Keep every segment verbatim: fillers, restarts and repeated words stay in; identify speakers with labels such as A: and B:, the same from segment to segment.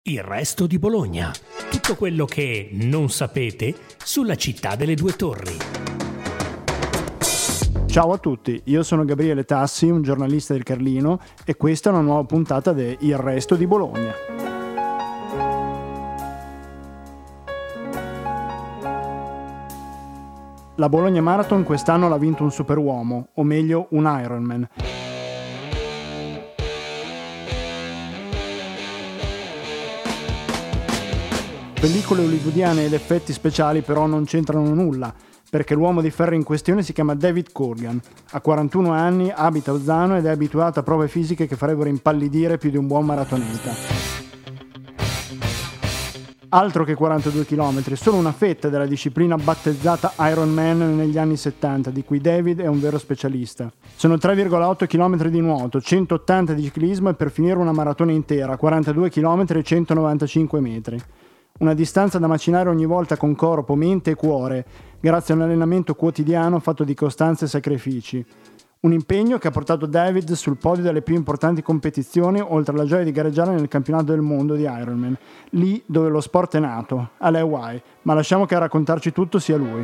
A: Il resto di Bologna. Tutto quello che non sapete sulla città delle due torri.
B: Ciao a tutti, io sono Gabriele Tassi, un giornalista del Carlino, e questa è una nuova puntata di Il resto di Bologna. La Bologna Marathon quest'anno l'ha vinto un superuomo, o meglio un Ironman. Pellicole hollywoodiane ed effetti speciali però non c'entrano nulla, perché l'uomo di ferro in questione si chiama David Courgan, ha quarantuno anni, abita a Ozzano ed è abituato a prove fisiche che farebbero impallidire più di un buon maratoneta. Altro che quarantadue chilometri, solo una fetta della disciplina battezzata Ironman negli anni settanta, di cui David è un vero specialista. Sono tre virgola otto chilometri di nuoto, centottanta di ciclismo e per finire una maratona intera, quarantadue chilometri e centonovantacinque metri. Una distanza da macinare ogni volta con corpo, mente e cuore, grazie a un allenamento quotidiano fatto di costanza e sacrifici. Un impegno che ha portato David sul podio delle più importanti competizioni, oltre alla gioia di gareggiare nel campionato del mondo di Ironman, lì dove lo sport è nato, alle Hawaii, ma lasciamo che a raccontarci tutto sia lui.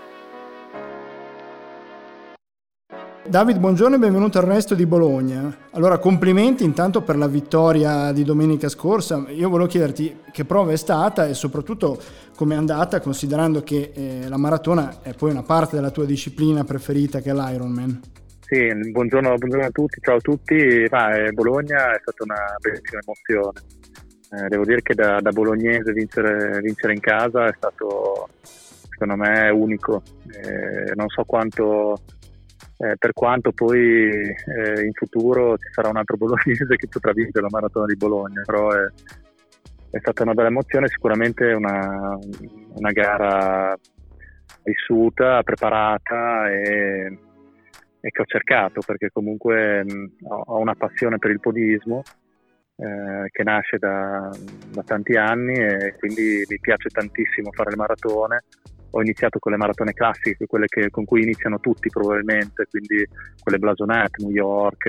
B: David, buongiorno e benvenuto al resto di Bologna. Allora, complimenti intanto per la vittoria di domenica scorsa. Io volevo chiederti che prova è stata e soprattutto come è andata, considerando che eh, la maratona è poi una parte della tua disciplina preferita, che è l'Ironman.
C: Sì, buongiorno, buongiorno a tutti, ciao a tutti. Ah, Bologna è stata una bellissima emozione. Eh, devo dire che da, da bolognese vincere, vincere in casa è stato, secondo me, unico. Eh, non so quanto... Eh, per quanto poi eh, in futuro ci sarà un altro bolognese che potrà vincere la maratona di Bologna, però è, è stata una bella emozione, sicuramente una, una gara vissuta, preparata e, e che ho cercato, perché comunque mh, ho una passione per il podismo eh, che nasce da, da tanti anni e quindi mi piace tantissimo fare le maratone. Ho iniziato con le maratone classiche, quelle che, con cui iniziano tutti probabilmente, quindi quelle blasonate, New York,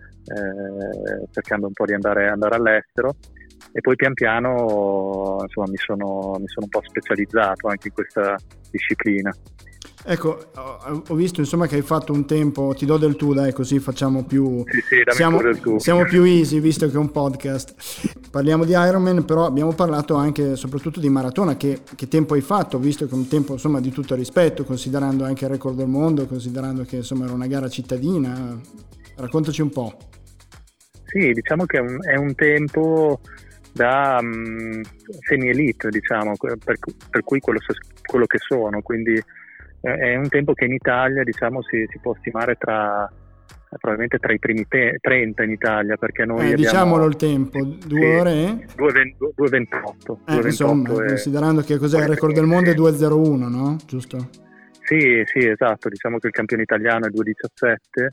C: eh, cercando un po' di andare, andare all'estero, e poi pian piano insomma, mi sono, mi sono un po' specializzato anche in questa disciplina.
B: Ecco, ho visto insomma che hai fatto un tempo, ti do del tu, dai, così facciamo più,
C: sì, sì,
B: siamo,
C: del tu.
B: siamo più easy visto che è un podcast. Parliamo di Ironman, però abbiamo parlato anche soprattutto di maratona. Che, che tempo hai fatto, visto che è un tempo insomma di tutto rispetto, considerando anche il record del mondo, considerando che insomma era una gara cittadina. Raccontaci un po'.
C: Sì, diciamo che è un, è un tempo da um, semi-elite, diciamo, per, per cui quello, quello che sono, quindi è un tempo che in Italia, diciamo, si, si può stimare tra probabilmente tra i primi te- trenta in Italia, perché noi
B: eh,
C: abbiamo,
B: diciamolo il tempo, due
C: sì,
B: ore?
C: due ventotto
B: Eh, insomma,
C: e...
B: considerando che cos'è il record del mondo è due zero uno, no? Giusto?
C: Sì, sì, esatto, diciamo che il campione italiano è due diciassette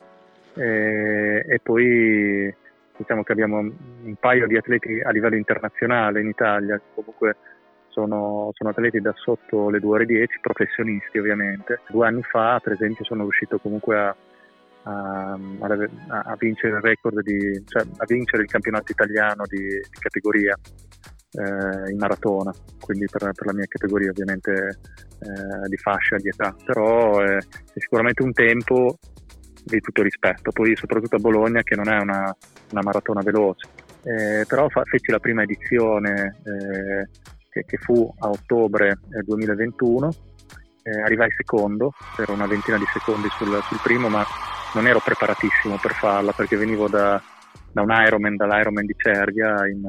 C: e, e poi diciamo che abbiamo un paio di atleti a livello internazionale in Italia, comunque Sono, sono atleti da sotto le due ore dieci, professionisti ovviamente. Due anni fa, per esempio, sono riuscito comunque a, a, a, a vincere il record di, cioè a vincere il campionato italiano di, di categoria eh, in maratona, quindi per, per la mia categoria ovviamente eh, di fascia di età, però è, è sicuramente un tempo di tutto rispetto. Poi soprattutto a Bologna, che non è una, una maratona veloce, eh, però fa, feci la prima edizione eh, Che, che fu a ottobre eh, duemilaventuno, eh, arrivai secondo per una ventina di secondi sul, sul primo, ma non ero preparatissimo per farla, perché venivo da, da un Ironman, dall'Ironman di Cervia, in,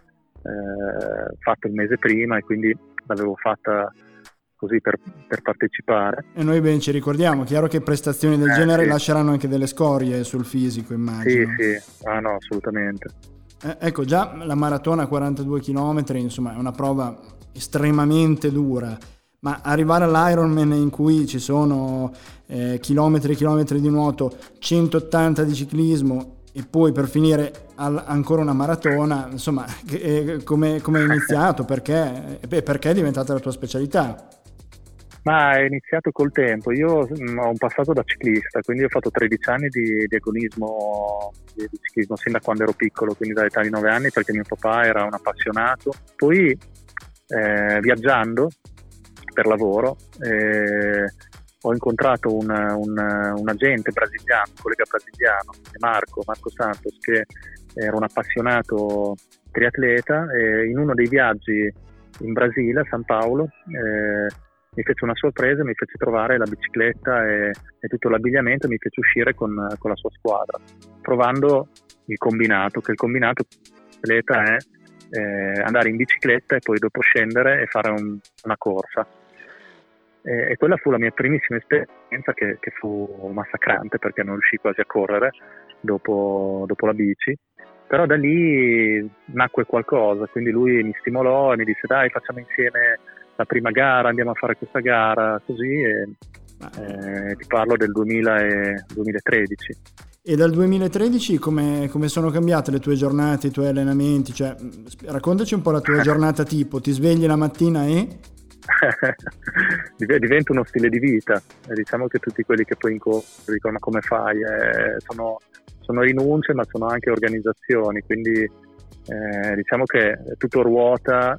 C: eh, fatto il mese prima, e quindi l'avevo fatta così per, per partecipare.
B: E noi ben ci ricordiamo, chiaro che prestazioni del
C: eh,
B: genere
C: sì.
B: lasceranno anche delle scorie sul fisico, immagino.
C: Sì, sì, ah no, assolutamente.
B: Eh, ecco, già la maratona a quarantadue chilometri, insomma, è una prova estremamente dura, ma arrivare all'Ironman in cui ci sono eh, chilometri e chilometri di nuoto, centottanta di ciclismo e poi per finire al, ancora una maratona, insomma, eh, come, come è iniziato? Perché, eh, perché è diventata la tua specialità?
C: Ma è iniziato col tempo. Io mh, ho un passato da ciclista, quindi ho fatto tredici anni di, di agonismo, di, di ciclismo sin da quando ero piccolo, quindi dall'età di nove anni, perché mio papà era un appassionato. Poi eh, viaggiando per lavoro eh, ho incontrato un, un, un agente brasiliano, un collega brasiliano, Marco, Marco Santos, che era un appassionato triatleta, e in uno dei viaggi in Brasile, a San Paolo, eh, mi fece una sorpresa, mi fece trovare la bicicletta e, e tutto l'abbigliamento, e mi fece uscire con, con la sua squadra, provando il combinato, che il combinato bicicletta è eh, andare in bicicletta e poi dopo scendere e fare un, una corsa. E, e quella fu la mia primissima esperienza, che, che fu massacrante, perché non riuscii quasi a correre dopo, dopo la bici. Però da lì nacque qualcosa, quindi lui mi stimolò e mi disse: dai, facciamo insieme la prima gara, andiamo a fare questa gara, così, e eh, ti parlo del duemila e duemilatredici.
B: E dal duemilatredici come, come sono cambiate le tue giornate, i tuoi allenamenti? Cioè, raccontaci un po' la tua giornata tipo, ti svegli la mattina e...
C: diventa uno stile di vita. Diciamo che tutti quelli che poi incontri dicono: ma come fai? Eh, sono, sono rinunce, ma sono anche organizzazioni, quindi eh, diciamo che tutto ruota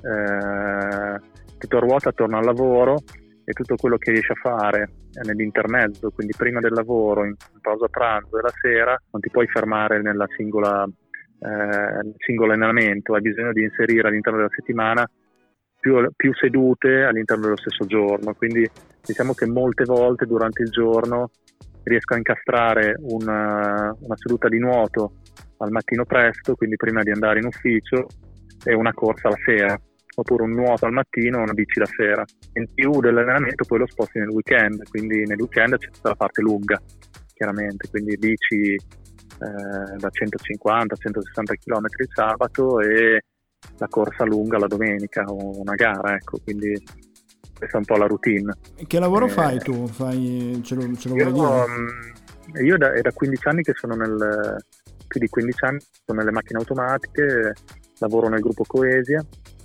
C: eh, tutto ruota attorno al lavoro, e tutto quello che riesci a fare nell'intermezzo, quindi prima del lavoro, in pausa pranzo e la sera, non ti puoi fermare nella singola eh, nel singolo allenamento, hai bisogno di inserire all'interno della settimana più, più sedute all'interno dello stesso giorno. Quindi diciamo che molte volte durante il giorno riesco a incastrare una, una seduta di nuoto al mattino presto, quindi prima di andare in ufficio, e una corsa la sera, oppure un nuoto al mattino e una bici la sera. In più dell'allenamento poi lo sposti nel weekend, quindi nel weekend c'è tutta la parte lunga, chiaramente, quindi bici eh, da centocinquanta centosessanta chilometri il sabato e la corsa lunga la domenica, o una gara, ecco, quindi questa è un po' la routine.
B: Che lavoro
C: eh,
B: fai tu? Fai, ce lo, ce lo
C: io,
B: vuoi dire?
C: Um, io da, è da quindici anni che sono nel, più di quindici anni sono nelle macchine automatiche, lavoro nel gruppo Coesia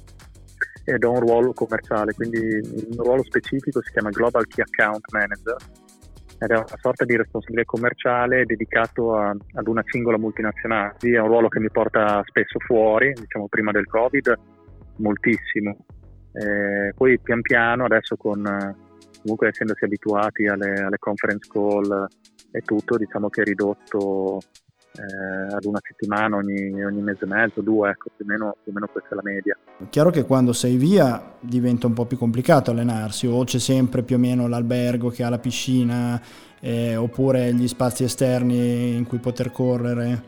C: ed ho un ruolo commerciale, quindi il mio ruolo specifico si chiama Global Key Account Manager, ed è una sorta di responsabile commerciale dedicato a, ad una singola multinazionale. È un ruolo che mi porta spesso fuori, diciamo prima del Covid moltissimo, eh, poi pian piano adesso, con comunque essendosi abituati alle, alle conference call e tutto, diciamo che è ridotto eh, ad una settimana ogni, ogni mese e mezzo, due, ecco, più o meno, più o meno questa è la media.
B: Chiaro che quando sei via diventa un po' più complicato allenarsi, o c'è sempre più o meno l'albergo che ha la piscina, eh, oppure gli spazi esterni in cui poter correre?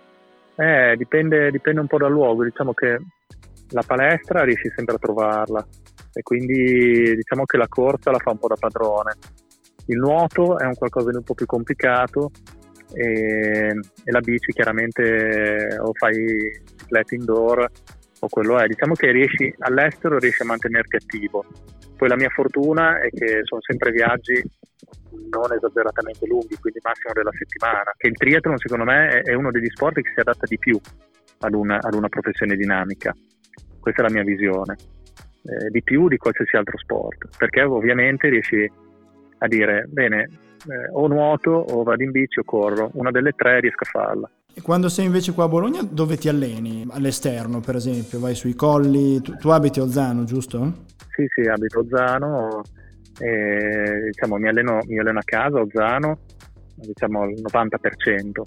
C: Eh, dipende, dipende un po' dal luogo. Diciamo che la palestra riesci sempre a trovarla, e quindi diciamo che la corsa la fa un po' da padrone. Il nuoto è un qualcosa di un po' più complicato, e, e la bici chiaramente o fai bicicletta indoor o quello è. Diciamo che riesci all'estero riesci a mantenerti attivo. Poi la mia fortuna è che sono sempre viaggi non esageratamente lunghi, quindi massimo della settimana. Che il triathlon secondo me è uno degli sport che si adatta di più ad una, ad una professione dinamica. Questa è la mia visione, eh, di più di qualsiasi altro sport, perché ovviamente riesci a dire bene, eh, o nuoto o vado in bici o corro, una delle tre riesco a farla.
B: E quando sei invece qua a Bologna, dove ti alleni? All'esterno, per esempio, vai sui colli? Tu, tu abiti a Ozzano, giusto?
C: Sì, sì, abito a Ozzano, e, diciamo, mi alleno, mi alleno a casa a Ozzano, diciamo al novanta per cento,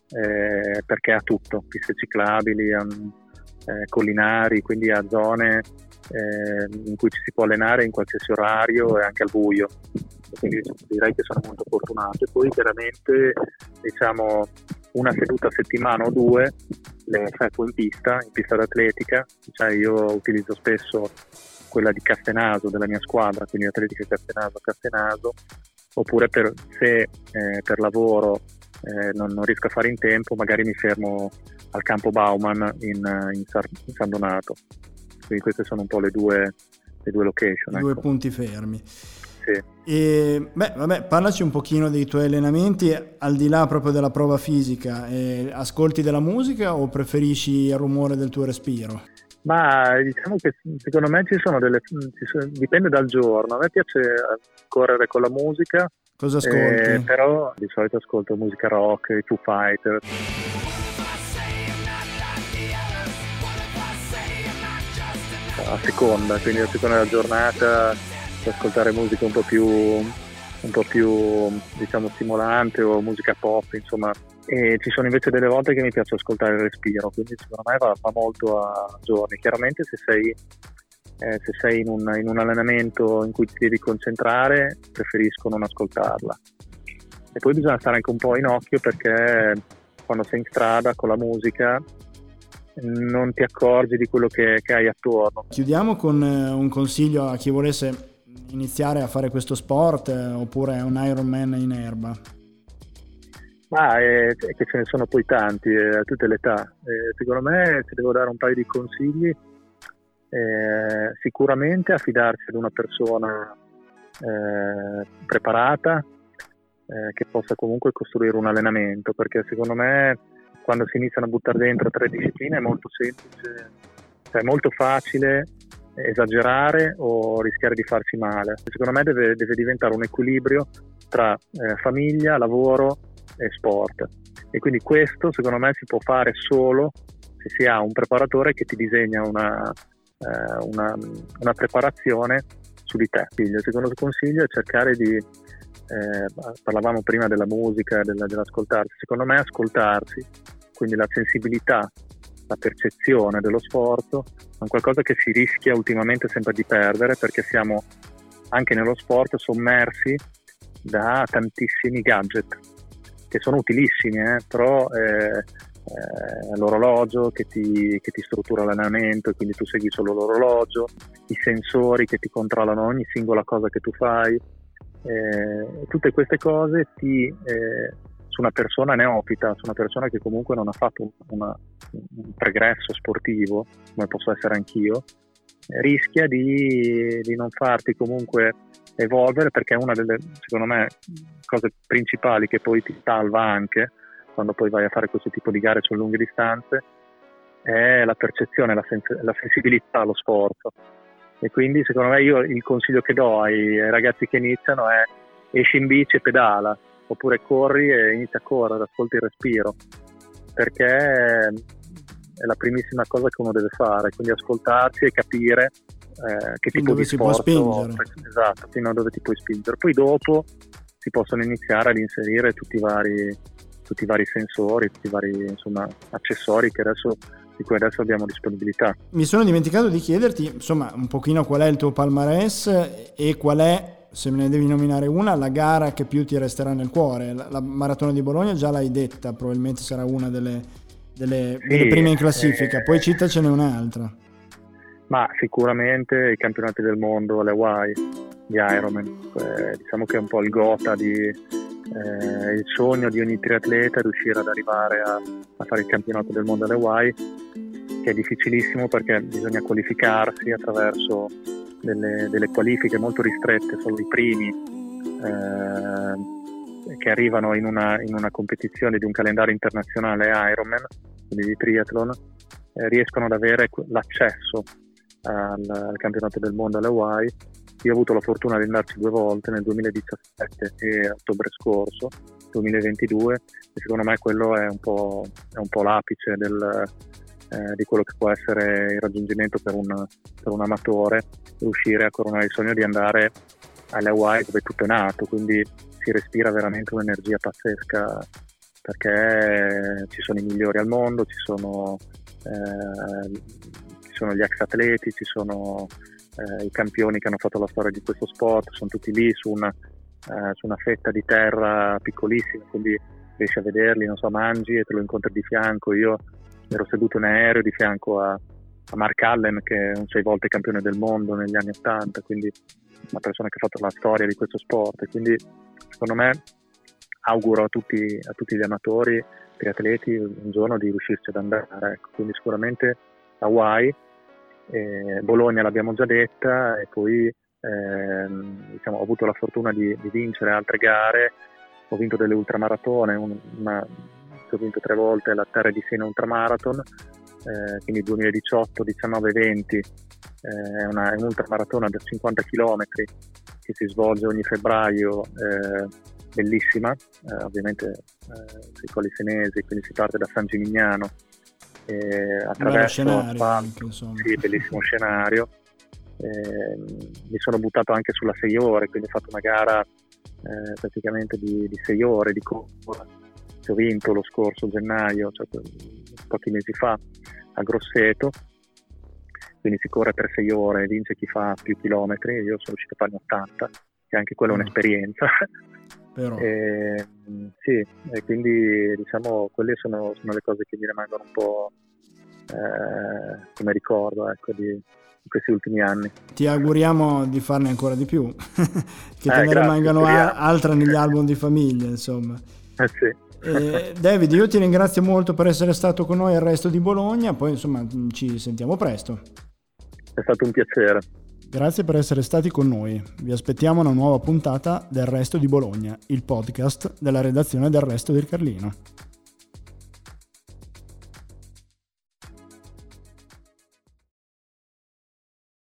C: eh, perché ha tutto, piste ciclabili, um, eh, collinari, quindi ha zone eh, in cui ci si può allenare in qualsiasi orario e anche al buio. Quindi direi che sono molto fortunato. E poi chiaramente, diciamo, una seduta a settimana o due le effettuo in pista, in pista d'atletica. Cioè io utilizzo spesso quella di Castenaso, della mia squadra, quindi Atletica Castenaso Castenaso, oppure per, se eh, per lavoro eh, non, non riesco a fare in tempo, magari mi fermo al campo Bauman in, in, Sar- in San Donato. Quindi queste sono un po' le due, le due location.
B: Due
C: ecco.
B: punti fermi.
C: Sì.
B: E beh, vabbè, parlaci un pochino dei tuoi allenamenti, al di là proprio della prova fisica. Eh, ascolti della musica o preferisci il rumore del tuo respiro?
C: Ma diciamo che secondo me ci sono delle, ci sono, dipende dal giorno. A me piace correre con la musica.
B: Cosa ascolti?
C: Eh, però di solito ascolto musica rock, i Foo Fighters. A seconda, quindi a seconda della giornata ascoltare musica un po' più un po' più diciamo stimolante o musica pop, insomma. E ci sono invece delle volte che mi piace ascoltare il respiro, quindi secondo me va, va molto a giorni. Chiaramente se sei eh, se sei in un, in un allenamento in cui ti devi concentrare, preferisco non ascoltarla. E poi bisogna stare anche un po' in occhio, perché quando sei in strada con la musica non ti accorgi di quello che, che hai attorno.
B: Chiudiamo con un consiglio a chi volesse iniziare a fare questo sport, eh, oppure un Ironman in erba.
C: Ma è, è che ce ne sono poi tanti, eh, a tutte le età. Eh, secondo me, se devo dare un paio di consigli, eh, sicuramente affidarsi ad una persona eh, preparata, eh, che possa comunque costruire un allenamento, perché secondo me quando si iniziano a buttare dentro tre discipline è molto semplice, cioè è molto facile esagerare o rischiare di farsi male. Secondo me deve, deve diventare un equilibrio tra eh, famiglia, lavoro e sport, e quindi questo secondo me si può fare solo se si ha un preparatore che ti disegna una, eh, una, una preparazione su di te. Il secondo consiglio è cercare di eh, parlavamo prima della musica, della, dell'ascoltarsi. Secondo me ascoltarsi, quindi la sensibilità, la percezione dello sforzo, è un qualcosa che si rischia ultimamente sempre di perdere, perché siamo anche nello sport sommersi da tantissimi gadget che sono utilissimi, eh, però eh, eh, l'orologio che ti, che ti struttura l'allenamento e quindi tu segui solo l'orologio, i sensori che ti controllano ogni singola cosa che tu fai, eh, tutte queste cose ti, eh, su una persona neofita, su una persona che comunque non ha fatto una, un pregresso sportivo, come posso essere anch'io, eh, rischia di, di non farti comunque evolvere, perché è una delle, secondo me, cose principali che poi ti salva anche quando poi vai a fare questo tipo di gare su lunghe distanze è la percezione, la, sens- la sensibilità allo sforzo. E quindi secondo me io il consiglio che do ai, ai ragazzi che iniziano è: esci in bici e pedala, oppure corri e inizia a correre, ascolti il respiro, perché è la primissima cosa che uno deve fare, quindi ascoltarsi e capire eh, che tipo
B: dove
C: di
B: si
C: sforzo,
B: può spingere.
C: esatto, fino a dove ti puoi spingere. Poi dopo si possono iniziare ad inserire tutti i vari, tutti i vari sensori, tutti i vari insomma accessori che adesso, di cui adesso abbiamo disponibilità.
B: Mi sono dimenticato di chiederti, insomma, un pochino qual è il tuo palmarès e qual è, se me ne devi nominare una, la gara che più ti resterà nel cuore. La, la Maratona di Bologna già l'hai detta, probabilmente sarà una delle, delle,
C: Sì,
B: delle prime in classifica,
C: eh,
B: poi citacene un'altra.
C: Ma sicuramente i campionati del mondo alle Hawaii di Ironman, eh, diciamo che è un po' il gota di eh, il sogno di ogni triatleta, riuscire ad arrivare a, a fare il campionato del mondo alle Hawaii, che è difficilissimo perché bisogna qualificarsi attraverso delle, delle qualifiche molto ristrette, solo i primi eh, che arrivano in una, in una competizione di un calendario internazionale Ironman, quindi di triathlon, eh, riescono ad avere l'accesso al, al campionato del mondo alle Hawaii. Io ho avuto la fortuna di andarci due volte, nel duemiladiciassette e ottobre scorso, duemilaventidue, e secondo me quello è un po', è un po' l'apice del, eh, di quello che può essere il raggiungimento per un, per un amatore, riuscire a coronare il sogno di andare alle Hawaii, dove tutto è nato, quindi si respira veramente un'energia pazzesca, perché ci sono i migliori al mondo, ci sono, eh, ci sono gli ex atleti, ci sono eh, i campioni che hanno fatto la storia di questo sport, sono tutti lì su una, eh, su una fetta di terra piccolissima, quindi riesci a vederli, non so, mangi e te lo incontri di fianco. Io ero seduto in aereo di fianco a, a Mark Allen, che è un sei volte campione del mondo negli anni ottanta, quindi una persona che ha fatto la storia di questo sport, e quindi secondo me auguro a tutti, a tutti gli amatori, triatleti, un giorno di riuscirci ad andare, ecco. Quindi sicuramente Hawaii, eh, Bologna l'abbiamo già detta, e poi eh, diciamo, ho avuto la fortuna di, di vincere altre gare, ho vinto delle ultramaratone, una, ho vinto tre volte la Terra di Siena Ultramarathon, eh, quindi duemiladiciotto, diciannove, venti, eh, è, una, è un'ultramaratona da cinquanta chilometri che si svolge ogni febbraio, eh, bellissima, eh, ovviamente eh, sui Colli Senesi, quindi si parte da San Gimignano, eh, attraverso asfalto, sì, bellissimo scenario. Eh, mi sono buttato anche sulla sei ore, quindi ho fatto una gara eh, praticamente di, di sei ore di corsa che ho vinto lo scorso gennaio, cioè pochi mesi fa, a Grosseto. Quindi si corre per sei ore, vince chi fa più chilometri. Io sono riuscito a farne ottanta, che anche quella è un'esperienza. Però. E, sì, e quindi diciamo quelle sono, sono le cose che mi rimangono un po' eh, come ricordo, ecco, di, di questi ultimi anni.
B: Ti auguriamo di farne ancora di più, che te
C: eh,
B: ne rimangano a, altre negli album di famiglia, insomma.
C: Eh sì.
B: Eh, David, io ti ringrazio molto per essere stato con noi al Resto di Bologna, poi insomma ci sentiamo presto.
C: È stato un piacere.
B: Grazie per essere stati con noi. Vi aspettiamo una nuova puntata del Resto di Bologna, il podcast della redazione del Resto del Carlino.